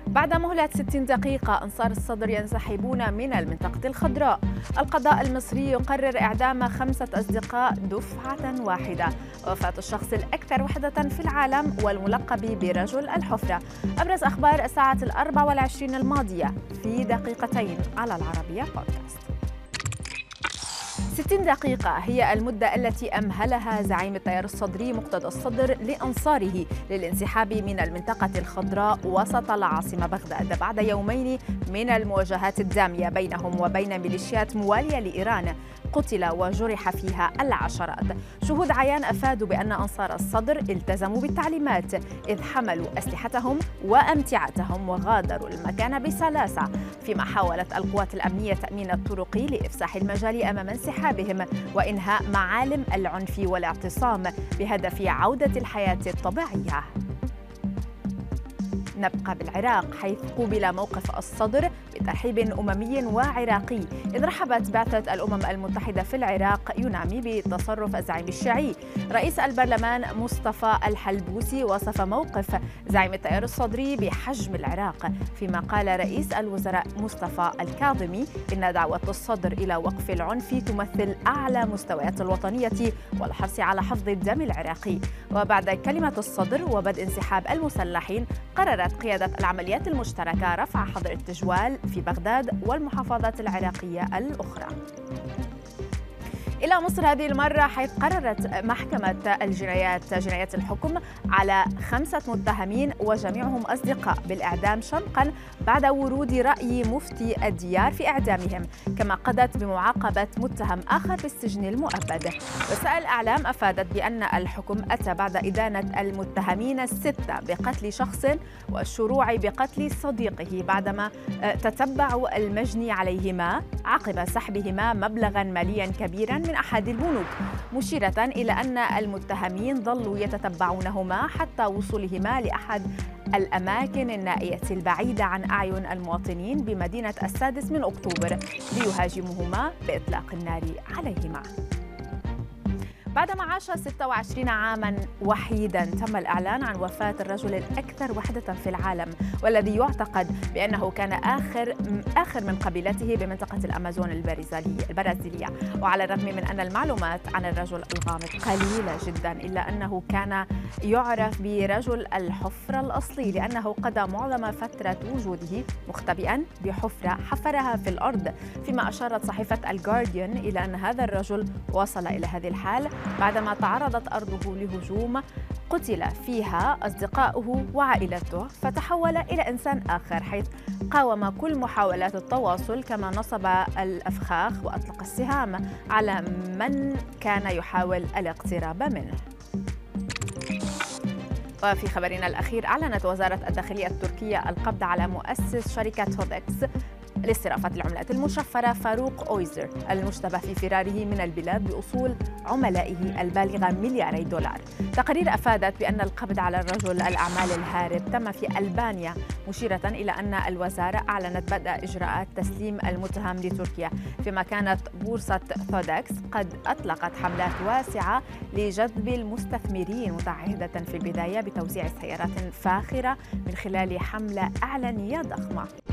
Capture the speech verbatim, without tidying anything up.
بعد مهلة ستين دقيقة أنصار الصدر ينسحبون من المنطقة الخضراء. القضاء المصري يقرر إعدام خمسة أصدقاء دفعة واحدة. وفاة الشخص الأكثر وحدة في العالم والملقب برجل الحفرة. أبرز أخبار الساعة الأربع والعشرين الماضية في دقيقتين على العربية بودكاست. ستين دقيقة هي المدة التي أمهلها زعيم التيار الصدري مقتدى الصدر لأنصاره للانسحاب من المنطقة الخضراء وسط العاصمة بغداد بعد يومين من المواجهات الدامية بينهم وبين ميليشيات موالية لإيران قتل وجرح فيها العشرات. شهود عيان أفادوا بأن أنصار الصدر التزموا بالتعليمات إذ حملوا أسلحتهم وأمتعتهم وغادروا المكان بسلاسة، فيما حاولت القوات الأمنية تأمين الطرق لإفساح المجال أمام انسحابهم وإنهاء معالم العنف والاعتصام بهدف عودة الحياة الطبيعية. نبقى بالعراق حيث قوبل موقف الصدر بترحيب أممي وعراقي، إذ رحبت بعثة الأمم المتحدة في العراق ينامي بتصرف الزعيم الشيعي. رئيس البرلمان مصطفى الحلبوسي وصف موقف زعيم التيار الصدري بحجم العراق، فيما قال رئيس الوزراء مصطفى الكاظمي إن دعوة الصدر إلى وقف العنف تمثل أعلى مستويات الوطنية والحرص على حفظ الدم العراقي. وبعد كلمة الصدر وبدء انسحاب المسلحين، قررت قيادة العمليات المشتركة رفع حظر التجوال في بغداد والمحافظات العراقية الأخرى. إلى مصر هذه المرة، حيث قررت محكمة الجنايات جنايات الحكم على خمسة متهمين وجميعهم أصدقاء بالإعدام شنقا بعد ورود رأي مفتي الديار في إعدامهم، كما قضت بمعاقبة متهم آخر بالسجن المؤبد. وسائل الإعلام أفادت بأن الحكم أتى بعد إدانة المتهمين الستة بقتل شخص والشروع بقتل صديقه بعدما تتبعوا المجني عليهما عقب سحبهما مبلغا ماليا كبيرا من أحد البنوك، مشيرة إلى أن المتهمين ظلوا يتتبعونهما حتى وصولهما لأحد الأماكن النائية البعيدة عن أعين المواطنين بمدينة السادس من أكتوبر ليهاجموهما بإطلاق النار عليهما. بعدما عاش ستة وعشرين عاماً وحيداً، تم الإعلان عن وفاة الرجل الأكثر وحدة في العالم والذي يعتقد بأنه كان آخر آخر من قبيلته بمنطقة الأمازون البرازيلية. وعلى الرغم من أن المعلومات عن الرجل الغامض قليلة جداً، إلا أنه كان يعرف برجل الحفرة الأصلي لأنه قضى معظم فترة وجوده مختبئاً بحفرة حفرها في الأرض، فيما أشارت صحيفة الجارديان إلى أن هذا الرجل وصل إلى هذه الحال بعدما تعرضت أرضه لهجوم قتل فيها أصدقاؤه وعائلته، فتحول إلى إنسان آخر حيث قاوم كل محاولات التواصل، كما نصب الأفخاخ وأطلق السهام على من كان يحاول الاقتراب منه. وفي خبرنا الأخير، أعلنت وزارة الداخلية التركية القبض على مؤسس شركة هودكس لاستضافة العملات المشفرة فاروق أويزر المشتبه في فراره من البلاد بأصول عملائه البالغة ملياري دولار. تقارير أفادت بأن القبض على الرجل الأعمال الهارب تم في ألبانيا، مشيرة إلى أن الوزارة أعلنت بدء إجراءات تسليم المتهم لتركيا، فيما كانت بورصة ثودكس قد أطلقت حملات واسعة لجذب المستثمرين، متعهدة في البداية بتوزيع سيارات فاخرة من خلال حملة إعلانية ضخمة.